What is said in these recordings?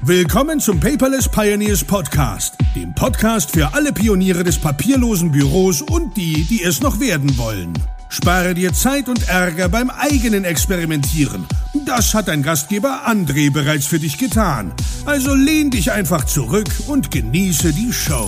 Willkommen zum Paperless Pioneers Podcast, dem Podcast für alle Pioniere des papierlosen Büros und die, die es noch werden wollen. Spare dir Zeit und Ärger beim eigenen Experimentieren. Das hat dein Gastgeber André bereits für dich getan. Also lehn dich einfach zurück und genieße die Show.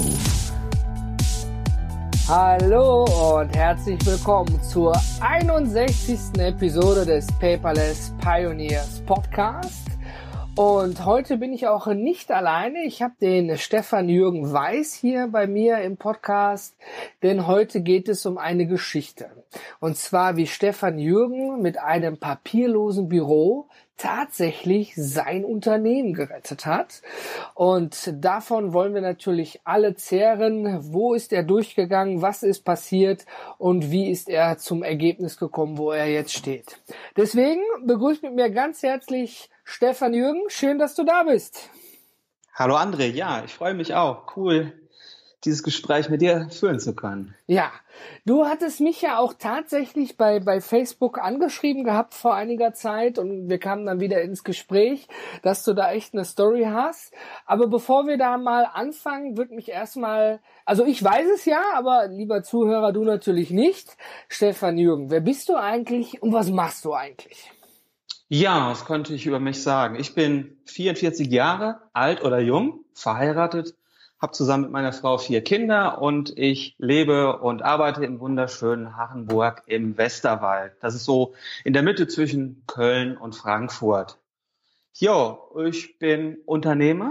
Hallo und herzlich willkommen zur 61. Episode des Paperless Pioneers Podcast. Und heute bin ich auch nicht alleine. Ich habe den Stefan Jürgen Weiß hier bei mir im Podcast, denn heute geht es um eine Geschichte. Und zwar, wie Stefan Jürgen mit einem papierlosen Büro tatsächlich sein Unternehmen gerettet hat. Und davon wollen wir natürlich alle zehren. Wo ist er durchgegangen? Was ist passiert? Und wie ist er zum Ergebnis gekommen, wo er jetzt steht? Deswegen begrüßt mit mir ganz herzlich Stefan Jürgen. Schön, dass du da bist. Hallo André, ja, ich freue mich auch. Cool, dieses Gespräch mit dir führen zu können. Ja, du hattest mich ja auch tatsächlich bei Facebook angeschrieben gehabt vor einiger Zeit und wir kamen dann wieder ins Gespräch, dass du da echt eine Story hast. Aber bevor wir da mal anfangen, würde mich erstmal, also ich weiß es ja, aber lieber Zuhörer, du natürlich nicht. Stefan Jürgen, wer bist du eigentlich und was machst du eigentlich? Ja, was könnte ich über mich sagen? Ich bin 44 Jahre alt oder jung, verheiratet, habe zusammen mit meiner Frau 4 Kinder und ich lebe und arbeite im wunderschönen Hachenburg im Westerwald. Das ist so in der Mitte zwischen Köln und Frankfurt. Jo, ich bin Unternehmer.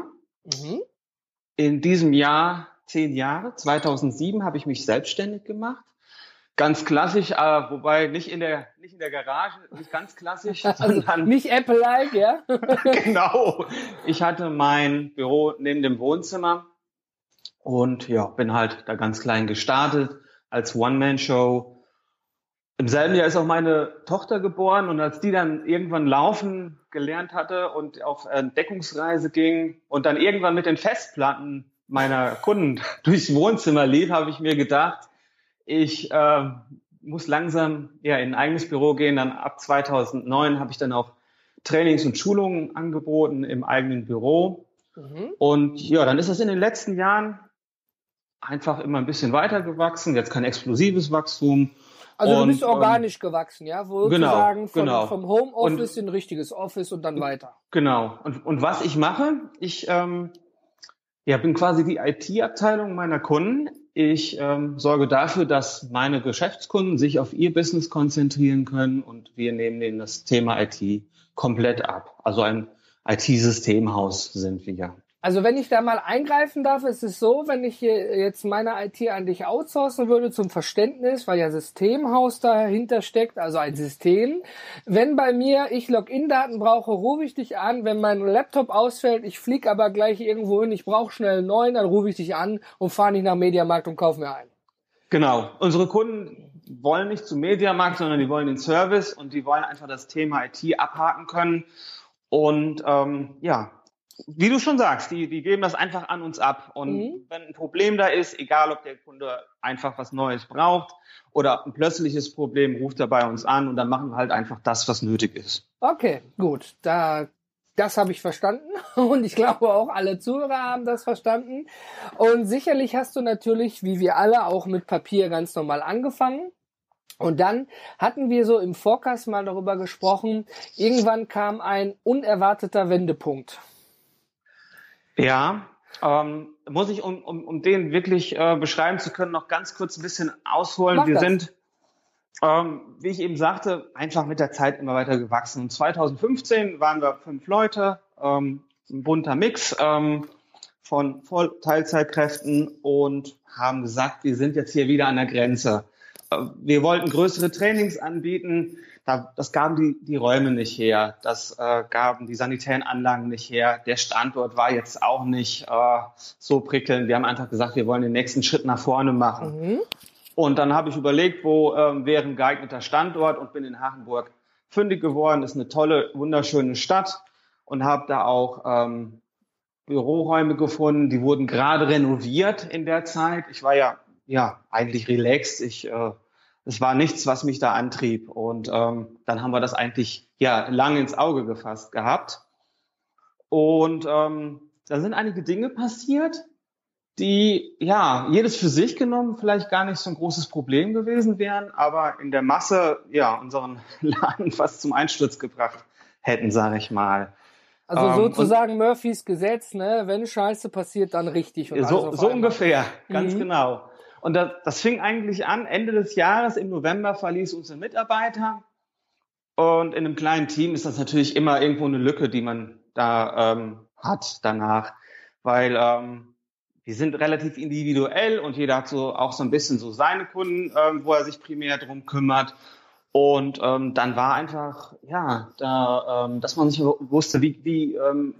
In diesem Jahr 10 Jahre, 2007 habe ich mich selbstständig gemacht. Ganz klassisch, wobei nicht in der Garage, nicht ganz klassisch, sondern nicht Apple-like, ja? Genau. Ich hatte mein Büro neben dem Wohnzimmer und ja, bin halt da ganz klein gestartet als One-Man-Show. Im selben Jahr ist auch meine Tochter geboren und als die dann irgendwann laufen gelernt hatte und auf Entdeckungsreise ging und dann irgendwann mit den Festplatten meiner Kunden durchs Wohnzimmer lief, habe ich mir gedacht, ich muss langsam in ein eigenes Büro gehen. Dann ab 2009 habe ich dann auch Trainings und Schulungen angeboten im eigenen Büro. Und ja, dann ist das in den letzten Jahren einfach immer ein bisschen weiter gewachsen. Jetzt kein explosives Wachstum. Also du bist organisch gewachsen, ja? Sozusagen genau. Vom Homeoffice in ein richtiges Office und dann weiter. Genau. Und was ich mache, ich bin quasi die IT-Abteilung meiner Kunden. Ich sorge dafür, dass meine Geschäftskunden sich auf ihr Business konzentrieren können und wir nehmen denen das Thema IT komplett ab. Also ein IT-Systemhaus sind wir. Also wenn ich da mal eingreifen darf, ist es so, wenn ich hier jetzt meine IT an dich outsourcen würde zum Verständnis, weil ja Systemhaus dahinter steckt, also ein System. Wenn bei mir ich Login-Daten brauche, rufe ich dich an. Wenn mein Laptop ausfällt, ich fliege aber gleich irgendwo hin, ich brauche schnell einen neuen, dann rufe ich dich an und fahre nicht nach Mediamarkt und kaufe mir einen. Genau. Unsere Kunden wollen nicht zum Mediamarkt, sondern die wollen den Service und die wollen einfach das Thema IT abhaken können. Und wie du schon sagst, die geben das einfach an uns ab. Und wenn ein Problem da ist, egal ob der Kunde einfach was Neues braucht oder ein plötzliches Problem, ruft er bei uns an und dann machen wir halt einfach das, was nötig ist. Okay, gut. Das habe ich verstanden und ich glaube auch alle Zuhörer haben das verstanden. Und sicherlich hast du natürlich, wie wir alle, auch mit Papier ganz normal angefangen. Und dann hatten wir so im Forecast mal darüber gesprochen, irgendwann kam ein unerwarteter Wendepunkt. Ja, muss ich, um den wirklich beschreiben zu können, noch ganz kurz ein bisschen ausholen. Wir sind, wie ich eben sagte, einfach mit der Zeit immer weiter gewachsen. Und 2015 waren wir 5 Leute, ein bunter Mix von Vollteilzeitkräften und haben gesagt, wir sind jetzt hier wieder an der Grenze. Wir wollten größere Trainings anbieten. Das gaben die Räume nicht her, das gaben die sanitären Anlagen nicht her. Der Standort war jetzt auch nicht so prickelnd. Wir haben einfach gesagt, wir wollen den nächsten Schritt nach vorne machen. Und dann habe ich überlegt, wo wäre ein geeigneter Standort und bin in Hachenburg fündig geworden. Ist eine tolle, wunderschöne Stadt und habe da auch Büroräume gefunden. Die wurden gerade renoviert in der Zeit. Ich war ja eigentlich relaxed. Es war nichts, was mich da antrieb. Und dann haben wir das eigentlich lange ins Auge gefasst gehabt. Und da sind einige Dinge passiert, die, ja, jedes für sich genommen vielleicht gar nicht so ein großes Problem gewesen wären, aber in der Masse, ja, unseren Laden fast zum Einsturz gebracht hätten, sage ich mal. Also sozusagen Murphys Gesetz, ne? Wenn Scheiße passiert, dann richtig. Und so ungefähr, ganz genau. Und das fing eigentlich an, Ende des Jahres, im November verließ unser Mitarbeiter. Und in einem kleinen Team ist das natürlich immer irgendwo eine Lücke, die man da hat danach. Weil wir sind relativ individuell und jeder hat so auch so ein bisschen so seine Kunden, wo er sich primär drum kümmert. Und dann war einfach, ja, dass man sich wusste, wie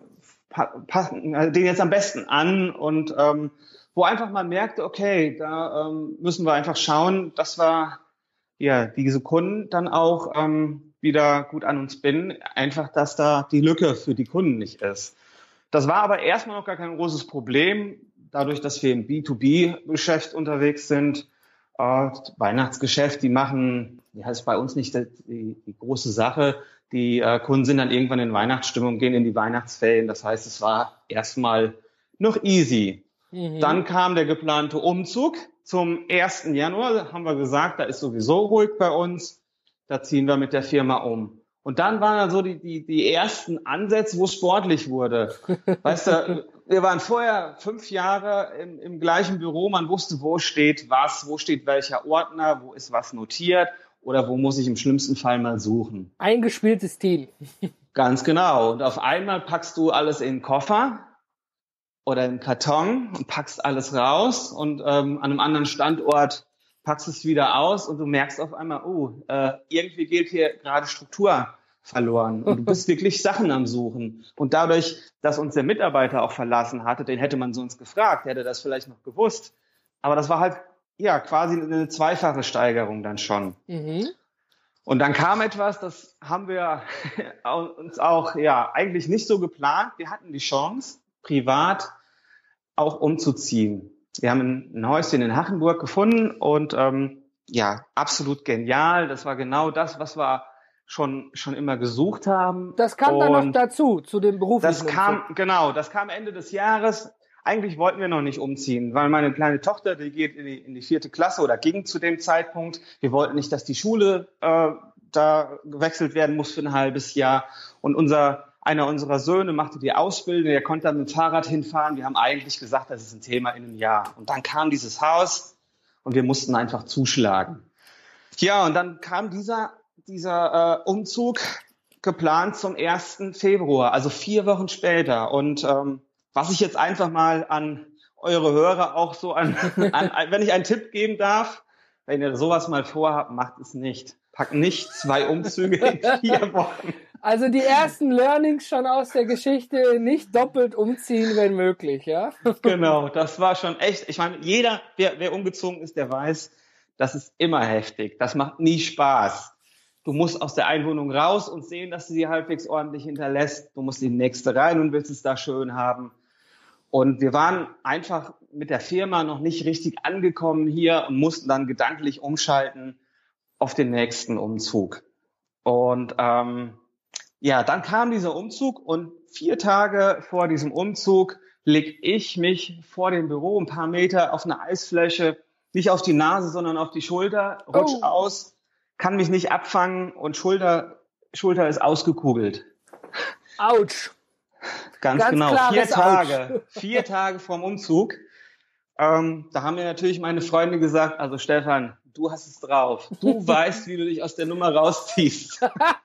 passen den jetzt am besten an und wo einfach man merkte, okay, da müssen wir einfach schauen, dass wir ja diese Kunden dann auch wieder gut an uns binden, einfach, dass da die Lücke für die Kunden nicht ist. Das war aber erstmal noch gar kein großes Problem, dadurch, dass wir im B2B-Geschäft unterwegs sind. Weihnachtsgeschäft, die machen, ja, ist bei uns nicht die große Sache. Die Kunden sind dann irgendwann in Weihnachtsstimmung, gehen in die Weihnachtsferien. Das heißt, es war erstmal noch easy. Dann kam der geplante Umzug zum 1. Januar. Da haben wir gesagt, da ist sowieso ruhig bei uns. Da ziehen wir mit der Firma um. Und dann waren dann so die ersten Ansätze, wo es sportlich wurde. Weißt du, wir waren vorher 5 Jahre im gleichen Büro. Man wusste, wo steht was, wo steht welcher Ordner, wo ist was notiert oder wo muss ich im schlimmsten Fall mal suchen. Eingespieltes Team. Ganz genau. Und auf einmal packst du alles in den Koffer oder in den Karton und packst alles raus und an einem anderen Standort packst es wieder aus und du merkst auf einmal, irgendwie geht hier gerade Struktur verloren und du bist wirklich Sachen am Suchen. Und dadurch, dass uns der Mitarbeiter auch verlassen hatte, den hätte man sonst gefragt, der hätte das vielleicht noch gewusst. Aber das war halt ja quasi eine zweifache Steigerung dann schon. Und dann kam etwas, das haben wir uns auch ja eigentlich nicht so geplant. Wir hatten die Chance, privat auch umzuziehen. Wir haben ein Häuschen in Hachenburg gefunden und ja, absolut genial. Das war genau das, was wir schon immer gesucht haben. Das kam dann noch dazu, zu dem beruflichen. Das kam Ende des Jahres. Eigentlich wollten wir noch nicht umziehen, weil meine kleine Tochter, die geht in die 4. Klasse oder ging zu dem Zeitpunkt. Wir wollten nicht, dass die Schule da gewechselt werden muss für ein halbes Jahr. Und einer unserer Söhne machte die Ausbildung, der konnte dann mit dem Fahrrad hinfahren. Wir haben eigentlich gesagt, das ist ein Thema in einem Jahr. Und dann kam dieses Haus und wir mussten einfach zuschlagen. Ja, und dann kam dieser Umzug geplant zum 1. Februar, also 4 Wochen später. Und was ich jetzt einfach mal an eure Hörer auch so wenn ich einen Tipp geben darf, wenn ihr sowas mal vorhabt, macht es nicht. Packt nicht 2 Umzüge in 4 Wochen. Also die ersten Learnings schon aus der Geschichte, nicht doppelt umziehen, wenn möglich, ja? Genau, das war schon echt. Ich meine, jeder, wer umgezogen ist, der weiß, das ist immer heftig. Das macht nie Spaß. Du musst aus der Einwohnung raus und sehen, dass du sie halbwegs ordentlich hinterlässt. Du musst in die nächste rein und willst es da schön haben. Und wir waren einfach mit der Firma noch nicht richtig angekommen hier und mussten dann gedanklich umschalten auf den nächsten Umzug. Und ja, dann kam dieser Umzug und 4 Tage vor diesem Umzug leg ich mich vor dem Büro ein paar Meter auf eine Eisfläche, nicht auf die Nase, sondern auf die Schulter, rutsch aus, kann mich nicht abfangen und Schulter ist ausgekugelt. Autsch. Ganz genau, 4 Tage vorm Umzug. Da haben mir natürlich meine Freunde gesagt, also Stefan, du hast es drauf. Du weißt, wie du dich aus der Nummer rausziehst.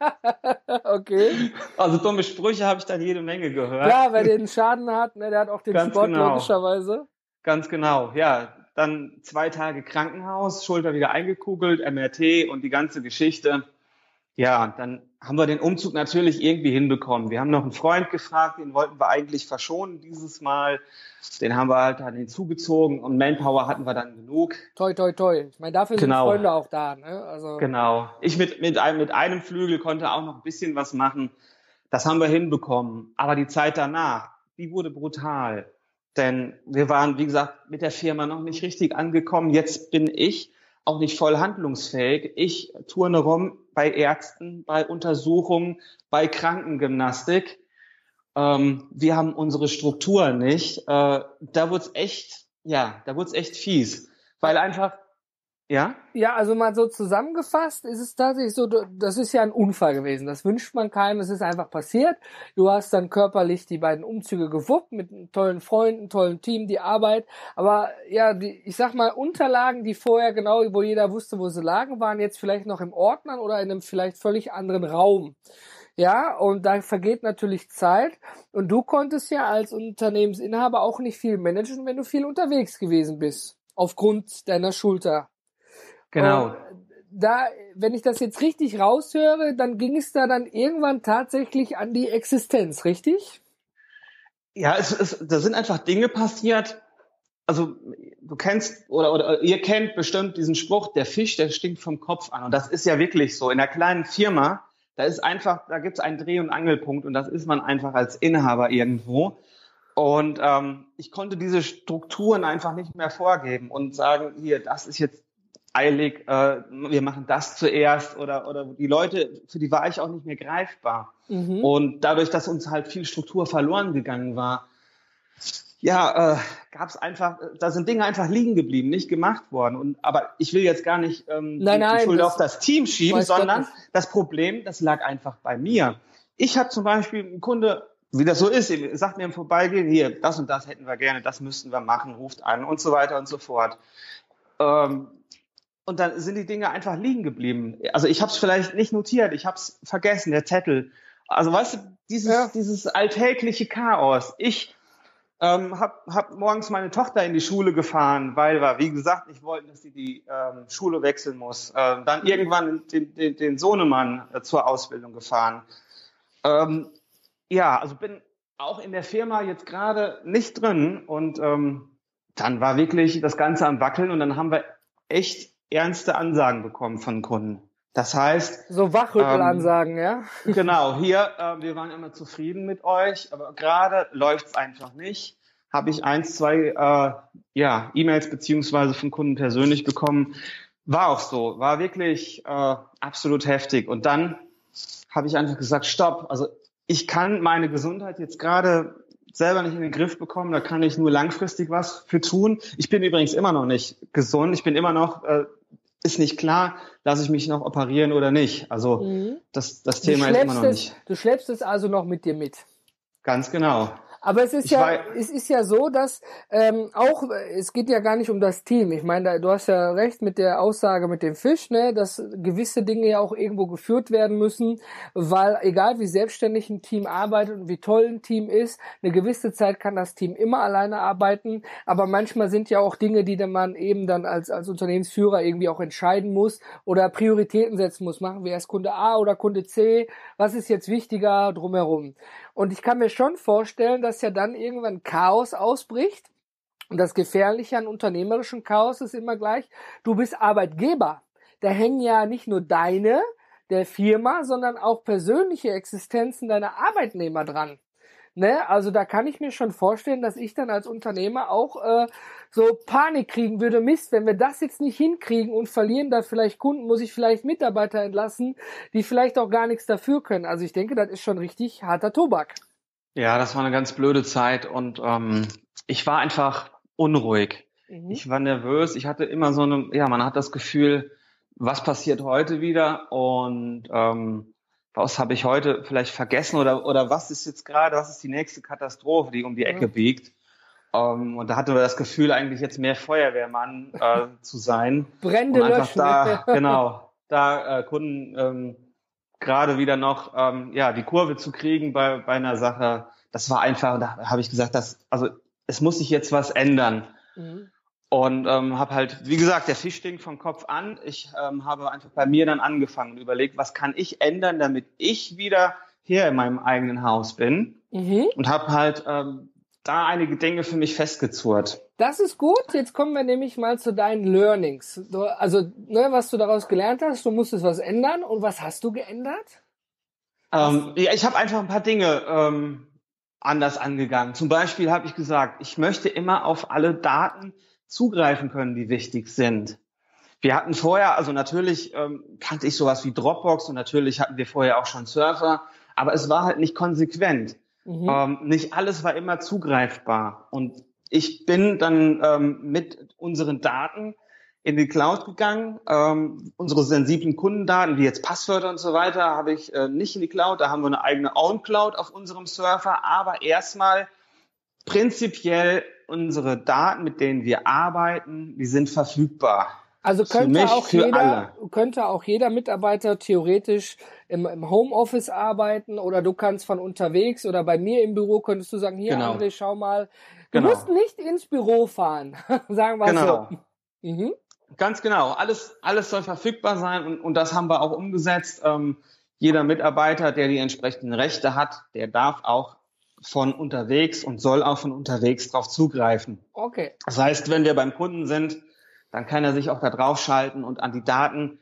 Okay. Also dumme Sprüche habe ich dann jede Menge gehört. Klar, wer den Schaden hat, ne, der hat auch den Ganz Sport genau. Logischerweise. Ganz genau, ja. Dann 2 Tage Krankenhaus, Schulter wieder eingekugelt, MRT und die ganze Geschichte. Ja, dann haben wir den Umzug natürlich irgendwie hinbekommen. Wir haben noch einen Freund gefragt, den wollten wir eigentlich verschonen dieses Mal. Den haben wir halt dann hinzugezogen und Manpower hatten wir dann genug. Toi, toi, toi. Ich meine, dafür sind Freunde auch da, ne? Also genau. Ich mit einem Flügel konnte auch noch ein bisschen was machen. Das haben wir hinbekommen. Aber die Zeit danach, die wurde brutal. Denn wir waren, wie gesagt, mit der Firma noch nicht richtig angekommen. Jetzt bin ich auch nicht voll handlungsfähig. Ich turne rum bei Ärzten, bei Untersuchungen, bei Krankengymnastik. wir haben unsere Strukturen nicht. Da wurde es echt fies, weil einfach, ja? Ja, also mal so zusammengefasst ist es tatsächlich so, das ist ja ein Unfall gewesen. Das wünscht man keinem, es ist einfach passiert. Du hast dann körperlich die beiden Umzüge gewuppt mit tollen Freunden, tollen Team, die Arbeit. Aber ja, ich sag mal, Unterlagen, die vorher genau, wo jeder wusste, wo sie lagen, waren jetzt vielleicht noch im Ordner oder in einem vielleicht völlig anderen Raum. Ja, und da vergeht natürlich Zeit. Und du konntest ja als Unternehmensinhaber auch nicht viel managen, wenn du viel unterwegs gewesen bist. Aufgrund deiner Schulter. Genau. Und da, wenn ich das jetzt richtig raushöre, dann ging es da dann irgendwann tatsächlich an die Existenz, richtig? Ja, da sind einfach Dinge passiert. Also du kennst oder ihr kennt bestimmt diesen Spruch, der Fisch, der stinkt vom Kopf an. Und das ist ja wirklich so. In einer kleinen Firma, da gibt es einen Dreh- und Angelpunkt und das ist man einfach als Inhaber irgendwo. Und ich konnte diese Strukturen einfach nicht mehr vorgeben und sagen, hier, das ist jetzt eilig, wir machen das zuerst oder die Leute, für die war ich auch nicht mehr greifbar. Mhm. Und dadurch, dass uns halt viel Struktur verloren gegangen war, gab's einfach, da sind Dinge einfach liegen geblieben, nicht gemacht worden. Aber ich will jetzt gar nicht die Schuld auf das Team schieben, sondern das Problem, das lag einfach bei mir. Ich habe zum Beispiel einen Kunde, wie das so ist, sagt mir im Vorbeigehen, hier, das und das hätten wir gerne, das müssten wir machen, ruft an und so weiter und so fort. Und dann sind die Dinge einfach liegen geblieben. Also ich habe es vielleicht nicht notiert, ich habe es vergessen, der Zettel. Also weißt du, dieses alltägliche Chaos. Ich hab morgens meine Tochter in die Schule gefahren, weil wir, wie gesagt, nicht wollten, dass sie die Schule wechseln muss. Dann irgendwann den Sohnemann zur Ausbildung gefahren. Also bin auch in der Firma jetzt gerade nicht drin. Und dann war wirklich das Ganze am Wackeln und dann haben wir echt ernste Ansagen bekommen von Kunden. Das heißt... So Wachrüttelansagen, ja? Genau, hier, wir waren immer zufrieden mit euch, aber gerade läuft's einfach nicht. Habe ich 2 E-Mails beziehungsweise von Kunden persönlich bekommen. War auch so, war wirklich absolut heftig. Und dann habe ich einfach gesagt, stopp, also ich kann meine Gesundheit jetzt gerade selber nicht in den Griff bekommen, da kann ich nur langfristig was für tun. Ich bin übrigens immer noch nicht gesund, ich bin immer noch... ist nicht klar, lasse ich mich noch operieren oder nicht. Also das Thema ist immer noch nicht. Du schleppst es also noch mit dir mit. Ganz genau. Aber es ist ja so, dass es geht ja gar nicht um das Team. Ich meine, du hast ja recht mit der Aussage mit dem Fisch, ne, dass gewisse Dinge ja auch irgendwo geführt werden müssen, weil egal wie selbstständig ein Team arbeitet und wie toll ein Team ist, eine gewisse Zeit kann das Team immer alleine arbeiten, aber manchmal sind ja auch Dinge, die man eben dann als Unternehmensführer irgendwie auch entscheiden muss oder Prioritäten setzen muss. Machen wir erst Kunde A oder Kunde C? Was ist jetzt wichtiger drumherum? Und ich kann mir schon vorstellen, dass ja dann irgendwann Chaos ausbricht. Und das Gefährliche an unternehmerischem Chaos ist immer gleich, du bist Arbeitgeber. Da hängen ja nicht nur der Firma, sondern auch persönliche Existenzen deiner Arbeitnehmer dran. Ne? Also da kann ich mir schon vorstellen, dass ich dann als Unternehmer auch so Panik kriegen würde. Mist, wenn wir das jetzt nicht hinkriegen und verlieren da vielleicht Kunden, muss ich vielleicht Mitarbeiter entlassen, die vielleicht auch gar nichts dafür können. Also ich denke, das ist schon richtig harter Tobak. Ja, das war eine ganz blöde Zeit und ich war einfach unruhig. Ich war nervös. Ich hatte immer man hat das Gefühl, was passiert heute wieder und was habe ich heute vielleicht vergessen oder was ist jetzt gerade, was ist die nächste Katastrophe, die um die Ecke biegt? Und da hatten wir das Gefühl, eigentlich jetzt mehr Feuerwehrmann zu sein. Brände und löschen. Kunden gerade wieder noch die Kurve zu kriegen bei einer Sache. Das war einfach, da habe ich gesagt, es muss sich jetzt was ändern. Und habe halt, wie gesagt, der Fisch stinkt vom Kopf an. Ich habe einfach bei mir dann angefangen und überlegt, was kann ich ändern, damit ich wieder hier in meinem eigenen Haus bin. Und habe halt da einige Dinge für mich festgezurrt. Das ist gut. Jetzt kommen wir nämlich mal zu deinen Learnings. Was du daraus gelernt hast, du musstest was ändern. Und was hast du geändert? Ich habe einfach ein paar Dinge anders angegangen. Zum Beispiel habe ich gesagt, ich möchte immer auf alle Daten zugreifen können, die wichtig sind. Wir hatten vorher, also natürlich kannte ich sowas wie Dropbox und natürlich hatten wir vorher auch schon Surfer, aber es war halt nicht konsequent. Nicht alles war immer zugreifbar. Und ich bin dann mit unseren Daten in die Cloud gegangen. Unsere sensiblen Kundendaten, wie jetzt Passwörter und so weiter, habe ich nicht in die Cloud. Da haben wir eine eigene Own-Cloud auf unserem Server. Aber erstmal prinzipiell unsere Daten, mit denen wir arbeiten, die sind verfügbar. Also könnte auch jeder Mitarbeiter theoretisch im Homeoffice arbeiten oder du kannst von unterwegs oder bei mir im Büro könntest du sagen, hier André, schau mal, du musst nicht ins Büro fahren, sagen wir so. Mhm. Ganz genau, alles soll verfügbar sein und das haben wir auch umgesetzt. Jeder Mitarbeiter, der die entsprechenden Rechte hat, der darf auch von unterwegs und soll auch von unterwegs drauf zugreifen. Okay. Das heißt, wenn wir beim Kunden sind, dann kann er sich auch da drauf schalten und an die Daten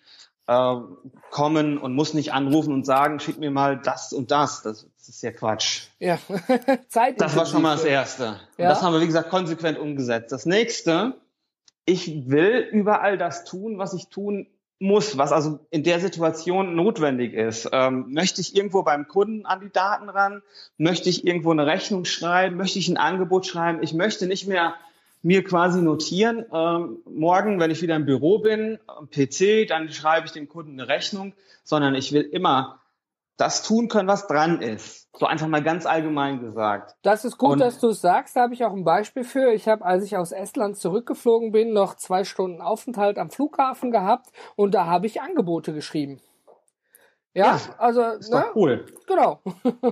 kommen und muss nicht anrufen und sagen, schick mir mal das und das. Das ist ja Quatsch. Ja, das war schon mal das Erste. Ja. Und das haben wir, wie gesagt, konsequent umgesetzt. Das Nächste, ich will überall das tun, was ich tun muss, was also in der Situation notwendig ist. Möchte ich irgendwo beim Kunden an die Daten ran? Möchte ich irgendwo eine Rechnung schreiben? Möchte ich ein Angebot schreiben? Ich möchte nicht mehr mir quasi notieren, morgen, wenn ich wieder im Büro bin, am PC, dann schreibe ich dem Kunden eine Rechnung, sondern ich will immer das tun können, was dran ist. So einfach mal ganz allgemein gesagt. Das ist gut, dass du es sagst. Da habe ich auch ein Beispiel für. Ich habe, als ich aus Estland zurückgeflogen bin, noch 2 Stunden Aufenthalt am Flughafen gehabt und da habe ich Angebote geschrieben. Ja, also ist doch cool. Genau.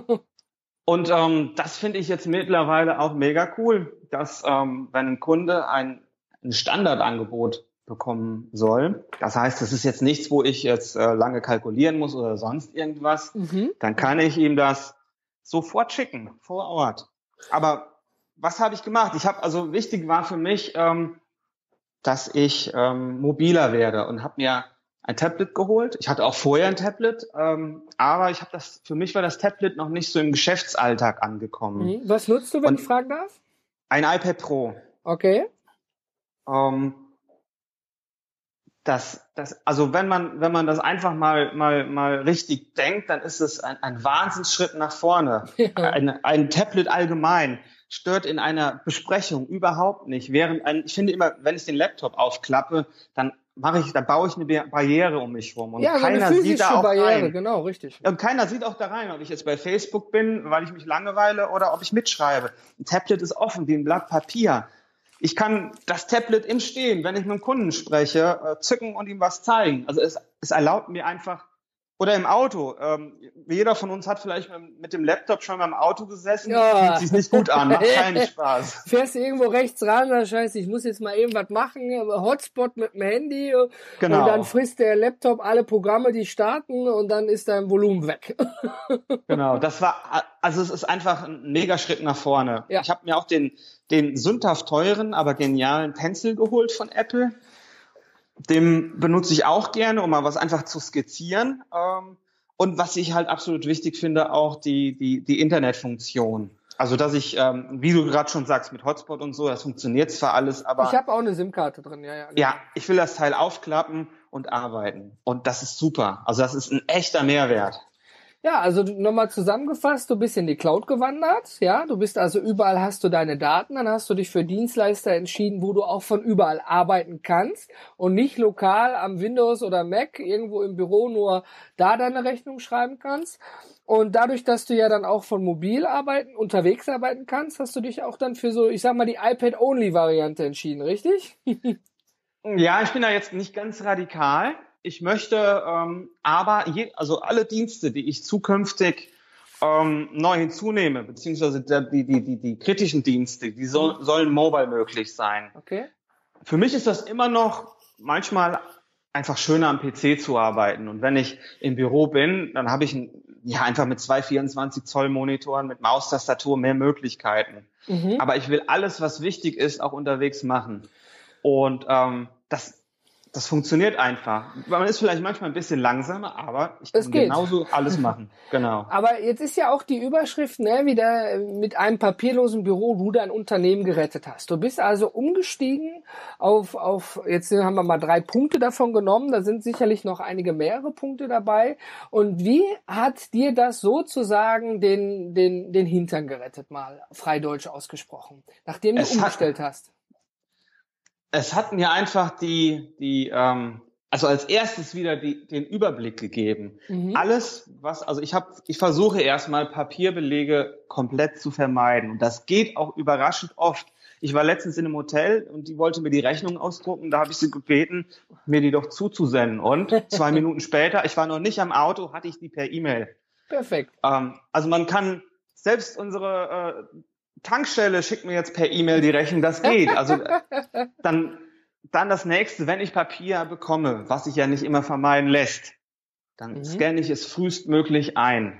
Und das finde ich jetzt mittlerweile auch mega cool, dass wenn ein Kunde ein Standardangebot bekommen soll, das heißt, das ist jetzt nichts, wo ich jetzt lange kalkulieren muss oder sonst irgendwas, dann kann ich ihm das sofort schicken, vor Ort. Aber was habe ich gemacht? Wichtig war für mich, dass ich mobiler werde und habe mir ein Tablet geholt. Ich hatte auch vorher ein Tablet, aber für mich war das Tablet noch nicht so im Geschäftsalltag angekommen. Was nutzt du, wenn ich fragen darf? Ein iPad Pro. Okay. Also wenn man das einfach mal richtig denkt, dann ist es ein Wahnsinnsschritt nach vorne. Ja. Ein Tablet allgemein stört in einer Besprechung überhaupt nicht. Ich finde immer, wenn ich den Laptop aufklappe, dann baue ich eine Barriere um mich rum. Und ja, keiner sieht da auch Barriere, rein. Genau, richtig. Und keiner sieht auch da rein, ob ich jetzt bei Facebook bin, weil ich mich langweile oder ob ich mitschreibe. Ein Tablet ist offen wie ein Blatt Papier. Ich kann das Tablet im Stehen, wenn ich mit einem Kunden spreche, zücken und ihm was zeigen. Also es erlaubt mir einfach, oder im Auto. Jeder von uns hat vielleicht mit dem Laptop schon mal im Auto gesessen. Ja. Fühlt sich nicht gut an, macht keinen Spaß. Fährst du irgendwo rechts ran, dann scheiße, ich muss jetzt mal eben was machen, Hotspot mit dem Handy. Genau. Und dann frisst der Laptop alle Programme, die starten und dann ist dein Volumen weg. Genau, es ist einfach ein Megaschritt nach vorne. Ja. Ich habe mir auch den sündhaft teuren, aber genialen Pencil geholt von Apple. Den benutze ich auch gerne, um mal was einfach zu skizzieren. Und was ich halt absolut wichtig finde, auch die Internetfunktion. Also dass ich, wie du gerade schon sagst, mit Hotspot und so, das funktioniert zwar alles, aber... Ich habe auch eine SIM-Karte drin, ja. Ja, ich will das Teil aufklappen und arbeiten. Und das ist super. Also das ist ein echter Mehrwert. Ja, also nochmal zusammengefasst, du bist in die Cloud gewandert, ja, du bist also überall, hast du deine Daten, dann hast du dich für Dienstleister entschieden, wo du auch von überall arbeiten kannst und nicht lokal am Windows oder Mac irgendwo im Büro nur da deine Rechnung schreiben kannst. Und dadurch, dass du ja dann auch von mobil unterwegs arbeiten kannst, hast du dich auch dann für so, ich sag mal, die iPad-Only-Variante entschieden, richtig? Ja, ich bin da jetzt nicht ganz radikal. Ich möchte aber alle Dienste, die ich zukünftig neu hinzunehme, beziehungsweise die kritischen Dienste, die sollen mobile möglich sein. Okay. Für mich ist das immer noch manchmal einfach schöner am PC zu arbeiten. Und wenn ich im Büro bin, dann habe ich einfach mit 2 24-Zoll-Monitoren, mit Maustastatur mehr Möglichkeiten. Aber ich will alles, was wichtig ist, auch unterwegs machen. Und das Das funktioniert einfach. Man ist vielleicht manchmal ein bisschen langsamer, aber ich kann genauso alles machen. Genau. Aber jetzt ist ja auch die Überschrift, wieder mit einem papierlosen Büro du dein Unternehmen gerettet hast. Du bist also umgestiegen auf jetzt haben wir mal 3 Punkte davon genommen, da sind sicherlich noch einige mehrere Punkte dabei. Und wie hat dir das sozusagen den Hintern gerettet, mal freideutsch ausgesprochen, nachdem du umgestellt hast? Es hat mir einfach also als erstes wieder den Überblick gegeben. Alles, ich versuche erstmal Papierbelege komplett zu vermeiden. Und das geht auch überraschend oft. Ich war letztens in einem Hotel und die wollte mir die Rechnung ausdrucken. Da habe ich sie gebeten, mir die doch zuzusenden. Und 2 Minuten später, ich war noch nicht am Auto, hatte ich die per E-Mail. Perfekt. Also man kann selbst unsere Tankstelle schickt mir jetzt per E-Mail die Rechnung, das geht. Also dann das nächste, wenn ich Papier bekomme, was sich ja nicht immer vermeiden lässt, dann scanne ich es frühestmöglich ein.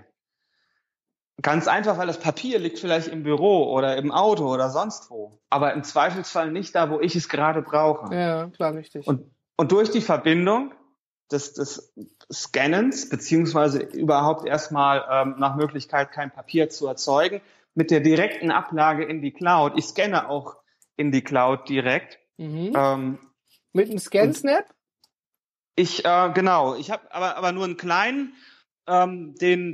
Ganz einfach, weil das Papier liegt vielleicht im Büro oder im Auto oder sonst wo, aber im Zweifelsfall nicht da, wo ich es gerade brauche. Ja, klar, richtig. Und durch die Verbindung des Scannens, beziehungsweise überhaupt erstmal nach Möglichkeit kein Papier zu erzeugen, mit der direkten Ablage in die Cloud. Ich scanne auch in die Cloud direkt. Mit einem ScanSnap? Genau. Ich habe aber nur einen kleinen, den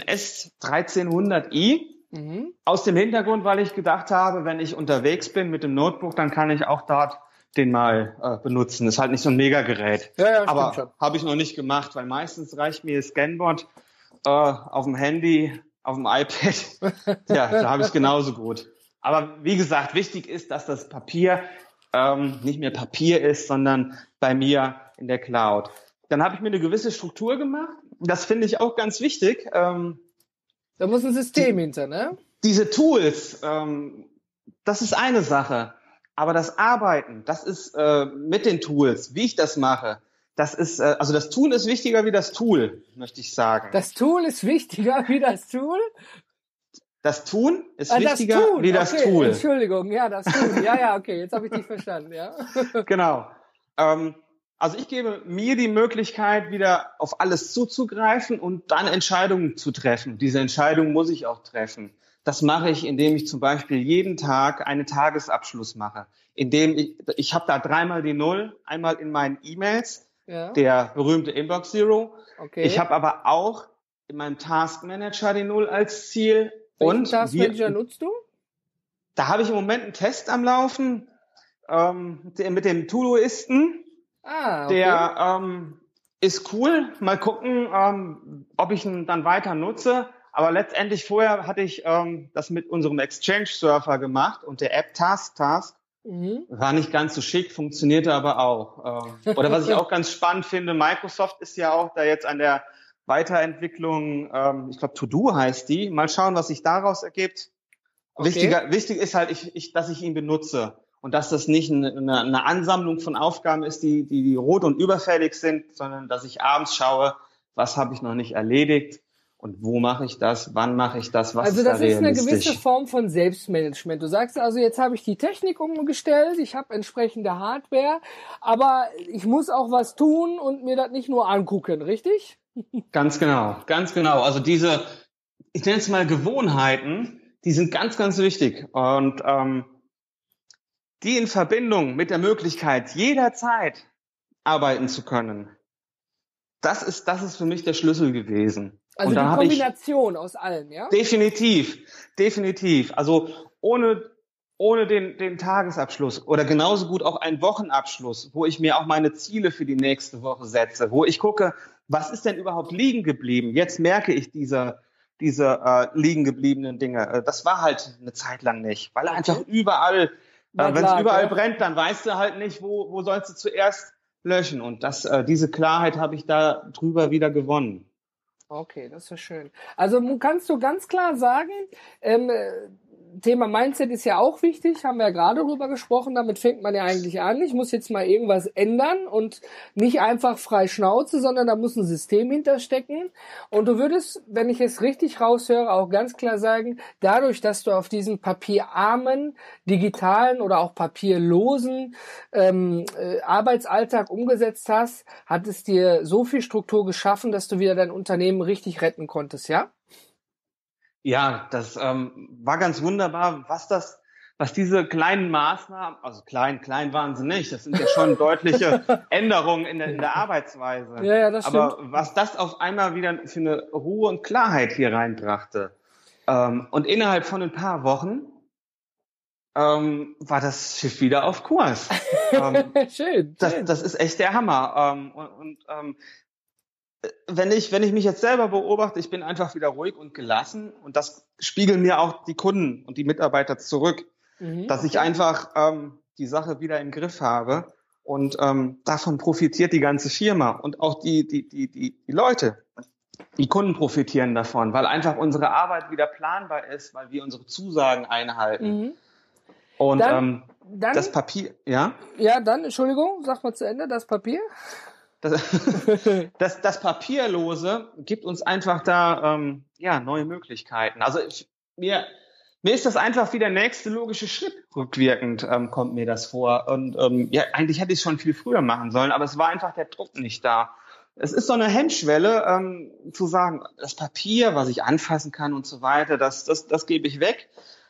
S1300i. Aus dem Hintergrund, weil ich gedacht habe, wenn ich unterwegs bin mit dem Notebook, dann kann ich auch dort den mal benutzen. Ist halt nicht so ein Megagerät. Ja, aber habe ich noch nicht gemacht, weil meistens reicht mir das Scanboard auf dem Handy, auf dem iPad, ja, da habe ich es genauso gut. Aber wie gesagt, wichtig ist, dass das Papier nicht mehr Papier ist, sondern bei mir in der Cloud. Dann habe ich mir eine gewisse Struktur gemacht. Das finde ich auch ganz wichtig. Da muss ein System hinter, ne? Diese Tools, das ist eine Sache. Aber das Arbeiten, das ist mit den Tools, wie ich das mache, das ist, also das Tun ist wichtiger wie das Tool, möchte ich sagen. Das Tool ist wichtiger wie das Tool? Das Tun ist wichtiger wie das Tool. Entschuldigung, ja, das Tun. Ja, okay, jetzt habe ich dich verstanden, ja. Genau. Also ich gebe mir die Möglichkeit, wieder auf alles zuzugreifen und dann Entscheidungen zu treffen. Diese Entscheidung muss ich auch treffen. Das mache ich, indem ich zum Beispiel jeden Tag einen Tagesabschluss mache. Indem ich habe da 3-mal die 0, einmal in meinen E-Mails, der berühmte Inbox Zero. Okay. Ich habe aber auch in meinem Task Manager die 0 als Ziel. Welchen Task Manager nutzt du? Da habe ich im Moment einen Test am Laufen mit dem Todoisten. Ah, okay. Der ist cool. Mal gucken, ob ich ihn dann weiter nutze. Aber letztendlich vorher hatte ich das mit unserem Exchange-Surfer gemacht und der App Task. War nicht ganz so schick, funktionierte aber auch. Oder was ich auch ganz spannend finde, Microsoft ist ja auch da jetzt an der Weiterentwicklung, ich glaube To-Do heißt die. Mal schauen, was sich daraus ergibt. Okay. Wichtig ist halt, dass ich ihn benutze und dass das nicht eine Ansammlung von Aufgaben ist, die rot und überfällig sind, sondern dass ich abends schaue, was habe ich noch nicht erledigt. Und wo mache ich das? Wann mache ich das? Was ist da realistisch? Also das ist eine gewisse Form von Selbstmanagement. Du sagst also, jetzt habe ich die Technik umgestellt, ich habe entsprechende Hardware, aber ich muss auch was tun und mir das nicht nur angucken, richtig? Ganz genau, ganz genau. Also diese, ich nenne es mal Gewohnheiten, die sind ganz, ganz wichtig. Und die in Verbindung mit der Möglichkeit, jederzeit arbeiten zu können, das ist für mich der Schlüssel gewesen. Also und die Kombination aus allen, ja? Definitiv. Also ohne den Tagesabschluss oder genauso gut auch einen Wochenabschluss, wo ich mir auch meine Ziele für die nächste Woche setze, wo ich gucke, was ist denn überhaupt liegen geblieben? Jetzt merke ich diese liegen gebliebenen Dinge. Das war halt eine Zeit lang nicht, weil einfach überall, wenn es überall brennt, dann weißt du halt nicht, wo sollst du zuerst löschen. Und diese Klarheit habe ich da drüber wieder gewonnen. Okay, das ist ja schön. Also kannst du ganz klar sagen, Thema Mindset ist ja auch wichtig, haben wir ja gerade drüber gesprochen, damit fängt man ja eigentlich an. Ich muss jetzt mal irgendwas ändern und nicht einfach frei Schnauze, sondern da muss ein System hinterstecken. Und du würdest, wenn ich es richtig raushöre, auch ganz klar sagen, dadurch, dass du auf diesen papierarmen, digitalen oder auch papierlosen Arbeitsalltag umgesetzt hast, hat es dir so viel Struktur geschaffen, dass du wieder dein Unternehmen richtig retten konntest, ja? Ja, das war ganz wunderbar, was diese kleinen Maßnahmen, also klein waren sie nicht, das sind ja schon deutliche Änderungen in der Arbeitsweise. Ja, das stimmt. Aber was das auf einmal wieder für eine Ruhe und Klarheit hier reinbrachte. Und innerhalb von ein paar Wochen war das Schiff wieder auf Kurs. Schön. Das ist echt der Hammer. Wenn ich mich jetzt selber beobachte, ich bin einfach wieder ruhig und gelassen und das spiegeln mir auch die Kunden und die Mitarbeiter zurück, dass ich einfach die Sache wieder im Griff habe und davon profitiert die ganze Firma und auch die Leute, die Kunden profitieren davon, weil einfach unsere Arbeit wieder planbar ist, weil wir unsere Zusagen einhalten. Und dann, das Papier, ja? Ja, dann, Entschuldigung, sag mal zu Ende, das Papier. Das Papierlose gibt uns einfach da neue Möglichkeiten. Also mir ist das einfach wie der nächste logische Schritt rückwirkend, kommt mir das vor. Und eigentlich hätte ich es schon viel früher machen sollen, aber es war einfach der Druck nicht da. Es ist so eine Hemmschwelle, zu sagen, das Papier, was ich anfassen kann und so weiter, das gebe ich weg.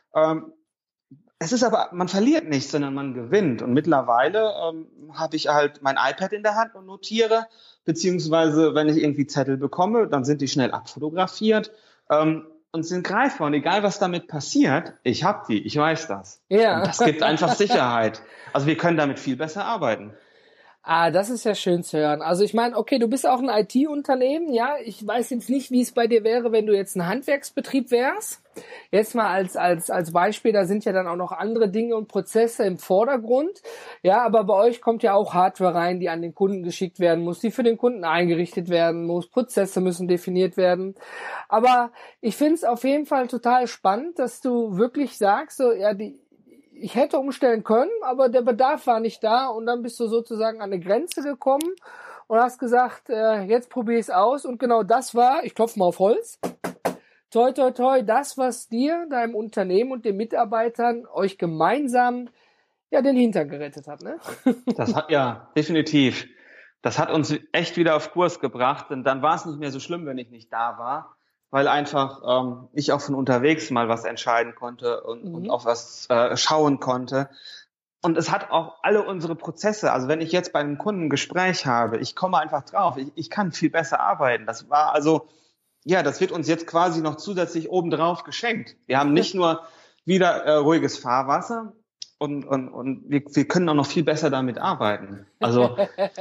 Es ist aber, man verliert nicht, sondern man gewinnt. Und mittlerweile habe ich halt mein iPad in der Hand und notiere, beziehungsweise wenn ich irgendwie Zettel bekomme, dann sind die schnell abfotografiert und sind greifbar. Und egal, was damit passiert, ich habe die, ich weiß das. Ja. Und das gibt einfach Sicherheit. Also wir können damit viel besser arbeiten. Ah, das ist ja schön zu hören. Also ich meine, okay, du bist auch ein IT-Unternehmen, ja. Ich weiß jetzt nicht, wie es bei dir wäre, wenn du jetzt ein Handwerksbetrieb wärst. Jetzt mal als Beispiel, da sind ja dann auch noch andere Dinge und Prozesse im Vordergrund. Ja, aber bei euch kommt ja auch Hardware rein, die an den Kunden geschickt werden muss, die für den Kunden eingerichtet werden muss. Prozesse müssen definiert werden. Aber ich finde es auf jeden Fall total spannend, dass du wirklich sagst, so, ja, ich hätte umstellen können, aber der Bedarf war nicht da und dann bist du sozusagen an eine Grenze gekommen und hast gesagt, jetzt probiere ich es aus und genau das war, ich klopfe mal auf Holz, toi toi toi, das, was dir, deinem Unternehmen und den Mitarbeitern euch gemeinsam den Hintern gerettet hat, ne? Das hat definitiv. Das hat uns echt wieder auf Kurs gebracht und dann war es nicht mehr so schlimm, wenn ich nicht da war. Weil einfach ich auch von unterwegs mal was entscheiden konnte und auf was schauen konnte. Und es hat auch alle unsere Prozesse, also wenn ich jetzt bei einem Kunden ein Gespräch habe, ich komme einfach drauf, ich kann viel besser arbeiten. Das war also, das wird uns jetzt quasi noch zusätzlich obendrauf geschenkt. Wir haben nicht nur wieder ruhiges Fahrwasser, und wir können auch noch viel besser damit arbeiten. Also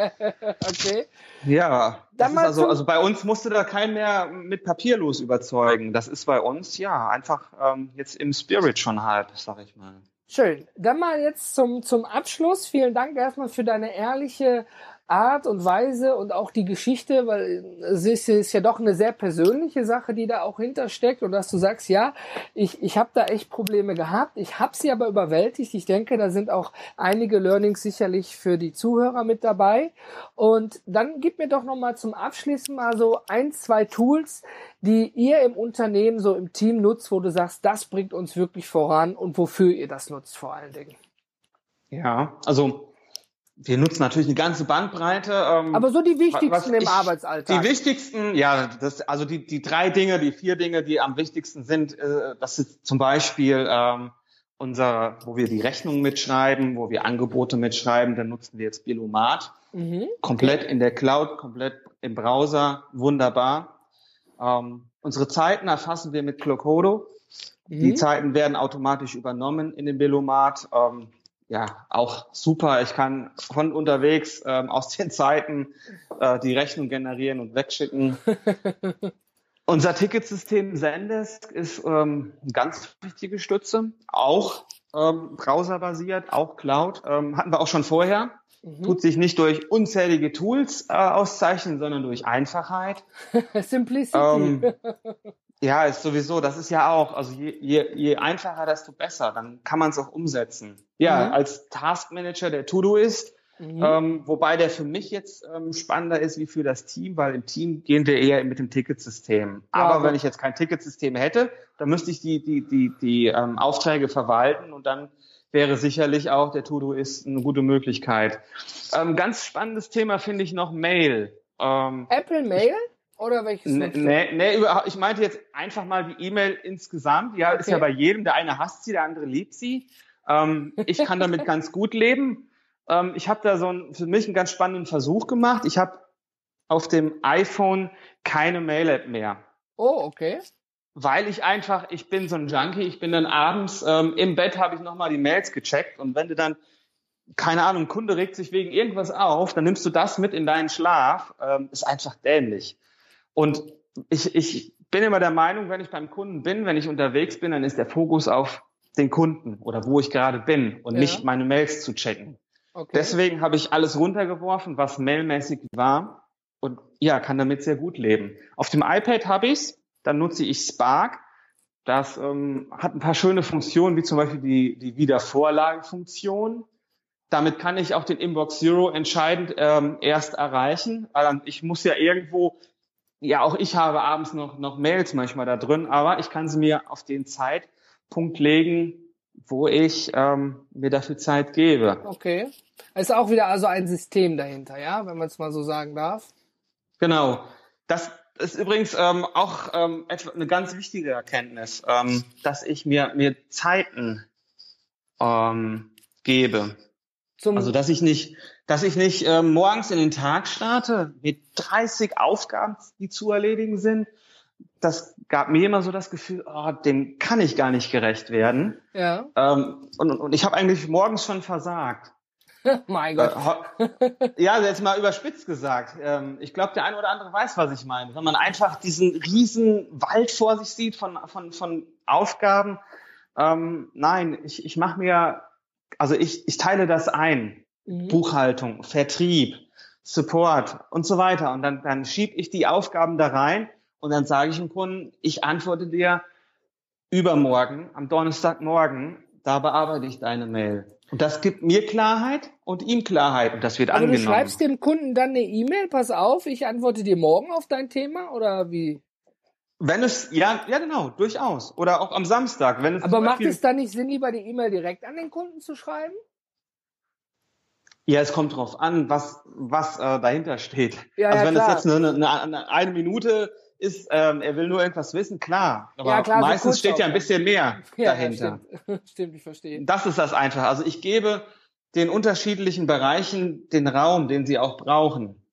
okay. Ja, das ist also bei uns musste da kein mehr mit papierlos überzeugen. Das ist bei uns einfach jetzt im Spirit schon halb, sag ich mal. Schön. Dann mal jetzt zum Abschluss. Vielen Dank erstmal für deine ehrliche Art und Weise und auch die Geschichte, weil es ist ja doch eine sehr persönliche Sache, die da auch hintersteckt und dass du sagst, ja, ich habe da echt Probleme gehabt, ich habe sie aber überwältigt. Ich denke, da sind auch einige Learnings sicherlich für die Zuhörer mit dabei. Und dann gib mir doch nochmal zum Abschluss mal so 1, 2 Tools, die ihr im Unternehmen so im Team nutzt, wo du sagst, das bringt uns wirklich voran und wofür ihr das nutzt vor allen Dingen. Ja, also wir nutzen natürlich eine ganze Bandbreite. Aber so die wichtigsten im Arbeitsalltag. Die wichtigsten, die 3 Dinge, die 4 Dinge, die am wichtigsten sind, das ist zum Beispiel wo wir die Rechnungen mitschreiben, wo wir Angebote mitschreiben, dann nutzen wir jetzt Billomat. Komplett in der Cloud, komplett im Browser, wunderbar. Unsere Zeiten erfassen wir mit Clocodo. Die Zeiten werden automatisch übernommen in den Billomat. Auch super. Ich kann von unterwegs aus den Zeiten die Rechnung generieren und wegschicken. Unser Ticketsystem Zendesk ist eine ganz wichtige Stütze, auch browserbasiert, auch Cloud. Hatten wir auch schon vorher. Tut sich nicht durch unzählige Tools auszeichnen, sondern durch Einfachheit. Simplicity. Ja, ist sowieso, das ist ja auch, also je einfacher, desto besser, dann kann man es auch umsetzen. Ja, als Taskmanager der Todoist, wobei der für mich jetzt spannender ist wie für das Team, weil im Team gehen wir eher mit dem Ticketsystem. Aber wenn ich jetzt kein Ticketsystem hätte, dann müsste ich die Aufträge verwalten und dann wäre sicherlich auch der Todoist eine gute Möglichkeit. Ganz spannendes Thema finde ich noch Mail. Apple Mail? Oder welches? Ich meinte jetzt einfach mal die E-Mail insgesamt. Ja, ist ja bei jedem. Der eine hasst sie, der andere liebt sie. Ich kann damit ganz gut leben. Ich habe da für mich einen ganz spannenden Versuch gemacht. Ich habe auf dem iPhone keine Mail-App mehr. Oh, okay. Weil ich bin so ein Junkie. Ich bin dann abends im Bett, habe ich nochmal die Mails gecheckt. Und wenn du dann, keine Ahnung, ein Kunde regt sich wegen irgendwas auf, dann nimmst du das mit in deinen Schlaf. Ist einfach dämlich. Und ich bin immer der Meinung, wenn ich beim Kunden bin, wenn ich unterwegs bin, dann ist der Fokus auf den Kunden oder wo ich gerade bin und nicht meine Mails zu checken. Okay. Deswegen habe ich alles runtergeworfen, was mailmäßig war und ja, kann damit sehr gut leben. Auf dem iPad habe ich's, dann nutze ich Spark. Das hat ein paar schöne Funktionen, wie zum Beispiel die Wiedervorlagefunktion. Damit kann ich auch den Inbox Zero entscheidend erst erreichen, weil ich muss ja irgendwo. Ja, auch ich habe abends noch Mails manchmal da drin, aber ich kann sie mir auf den Zeitpunkt legen, wo ich mir dafür Zeit gebe. Okay. Ist auch wieder also ein System dahinter, ja, wenn man es mal so sagen darf. Genau. Das ist übrigens auch eine ganz wichtige Erkenntnis, dass ich mir Zeiten gebe. Also dass ich nicht morgens in den Tag starte mit 30 Aufgaben, die zu erledigen sind. Das gab mir immer so das Gefühl, dem kann ich gar nicht gerecht werden. Ja. Und ich habe eigentlich morgens schon versagt. Mein Gott. Ja, jetzt mal überspitzt gesagt. Ich glaube, der eine oder andere weiß, was ich meine. Wenn man einfach diesen riesen Wald vor sich sieht von Aufgaben. Nein, ich mache mir... Also ich teile das ein. Buchhaltung, Vertrieb, Support und so weiter. Und dann schiebe ich die Aufgaben da rein und dann sage ich dem Kunden, ich antworte dir übermorgen, am Donnerstagmorgen, da bearbeite ich deine Mail. Und das gibt mir Klarheit und ihm Klarheit und das wird angenommen. Aber du schreibst dem Kunden dann eine E-Mail, pass auf, ich antworte dir morgen auf dein Thema oder wie? Wenn es, ja genau, durchaus. Oder auch am Samstag. Wenn es aber macht es dann nicht Sinn, lieber die E-Mail direkt an den Kunden zu schreiben? Ja, es kommt drauf an, was dahinter steht. Ja, also wenn klar. es jetzt eine Minute ist, er will nur irgendwas wissen, klar. Aber ja, klar, meistens steht ja ein bisschen mehr dahinter. Ja, stimmt, ich verstehe. Das ist das einfach. Also ich gebe den unterschiedlichen Bereichen den Raum, den sie auch brauchen.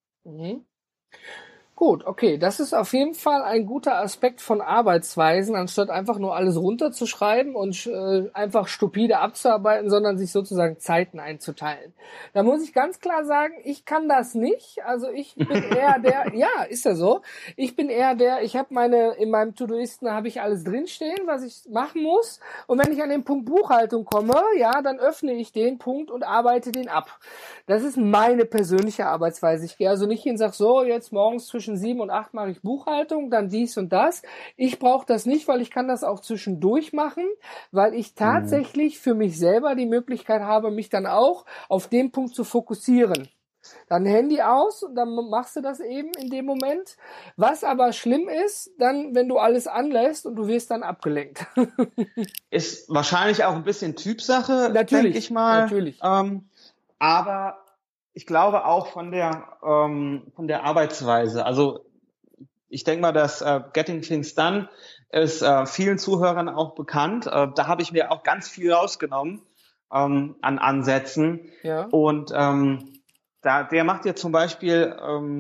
Gut, okay, das ist auf jeden Fall ein guter Aspekt von Arbeitsweisen, anstatt einfach nur alles runterzuschreiben und einfach stupide abzuarbeiten, sondern sich sozusagen Zeiten einzuteilen. Da muss ich ganz klar sagen, ich kann das nicht. Also ich bin eher der, ja, ist ja so. Ich bin eher der, ich habe in meinem Todoisten habe ich alles drinstehen, was ich machen muss. Und wenn ich an den Punkt Buchhaltung komme, ja, dann öffne ich den Punkt und arbeite den ab. Das ist meine persönliche Arbeitsweise. Ich gehe also nicht hin und sage, so, jetzt morgens zwischen 7 und 8 mache ich Buchhaltung, dann dies und das. Ich brauche das nicht, weil ich kann das auch zwischendurch machen, weil ich tatsächlich für mich selber die Möglichkeit habe, mich dann auch auf den Punkt zu fokussieren. Dann Handy aus und dann machst du das eben in dem Moment. Was aber schlimm ist, dann, wenn du alles anlässt und du wirst dann abgelenkt. Ist wahrscheinlich auch ein bisschen Typsache, denke ich mal. Natürlich. Aber ich glaube auch von der Arbeitsweise. Also ich denke mal, dass Getting Things Done ist vielen Zuhörern auch bekannt. Da habe ich mir auch ganz viel rausgenommen an Ansätzen. Ja. Und der macht ja zum Beispiel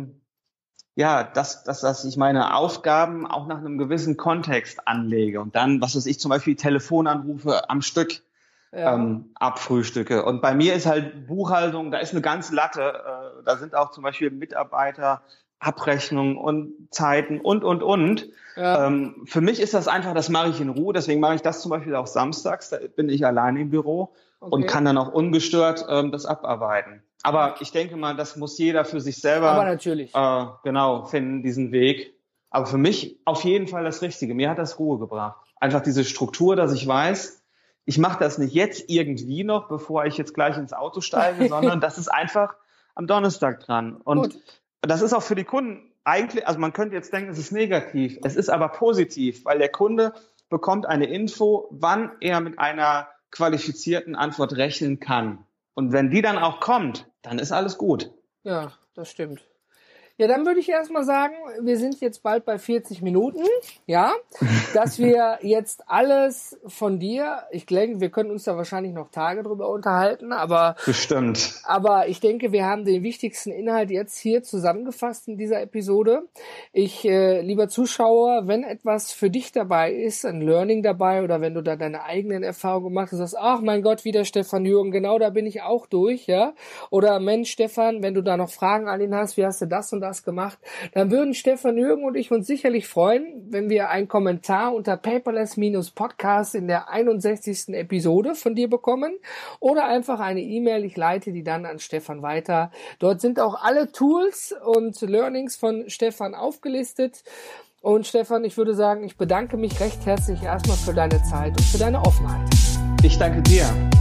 dass ich meine Aufgaben auch nach einem gewissen Kontext anlege und dann, was weiß ich, zum Beispiel Telefonanrufe am Stück abfrühstücke. Und bei mir ist halt Buchhaltung, da ist eine ganze Latte. Da sind auch zum Beispiel Mitarbeiter, Abrechnungen und Zeiten und. Ja. Für mich ist das einfach, das mache ich in Ruhe. Deswegen mache ich das zum Beispiel auch samstags. Da bin ich alleine im Büro und kann dann auch ungestört das abarbeiten. Aber ich denke mal, das muss jeder für sich selber aber natürlich. Finden, diesen Weg. Aber für mich auf jeden Fall das Richtige. Mir hat das Ruhe gebracht. Einfach diese Struktur, dass ich weiß, ich mache das nicht jetzt irgendwie noch, bevor ich jetzt gleich ins Auto steige, sondern das ist einfach am Donnerstag dran. Und das ist auch für die Kunden eigentlich, also man könnte jetzt denken, es ist negativ. Es ist aber positiv, weil der Kunde bekommt eine Info, wann er mit einer qualifizierten Antwort rechnen kann. Und wenn die dann auch kommt, dann ist alles gut. Ja, das stimmt. Ja, dann würde ich erstmal sagen, wir sind jetzt bald bei 40 Minuten, ja, dass wir jetzt alles von dir, ich denke, wir können uns da wahrscheinlich noch Tage drüber unterhalten, aber bestimmt. Aber ich denke, wir haben den wichtigsten Inhalt jetzt hier zusammengefasst in dieser Episode. Lieber Zuschauer, wenn etwas für dich dabei ist, ein Learning dabei oder wenn du da deine eigenen Erfahrungen gemacht hast, sagst, ach mein Gott, wieder Stefan Jürgen, genau da bin ich auch durch, ja, oder Mensch Stefan, wenn du da noch Fragen an ihn hast, wie hast du das und das gemacht, dann würden Stefan Jürgen und ich uns sicherlich freuen, wenn wir einen Kommentar unter Paperless-Podcast in der 61. Episode von dir bekommen oder einfach eine E-Mail, ich leite die dann an Stefan weiter. Dort sind auch alle Tools und Learnings von Stefan aufgelistet. Und Stefan, ich würde sagen, ich bedanke mich recht herzlich erstmal für deine Zeit und für deine Offenheit. Ich danke dir.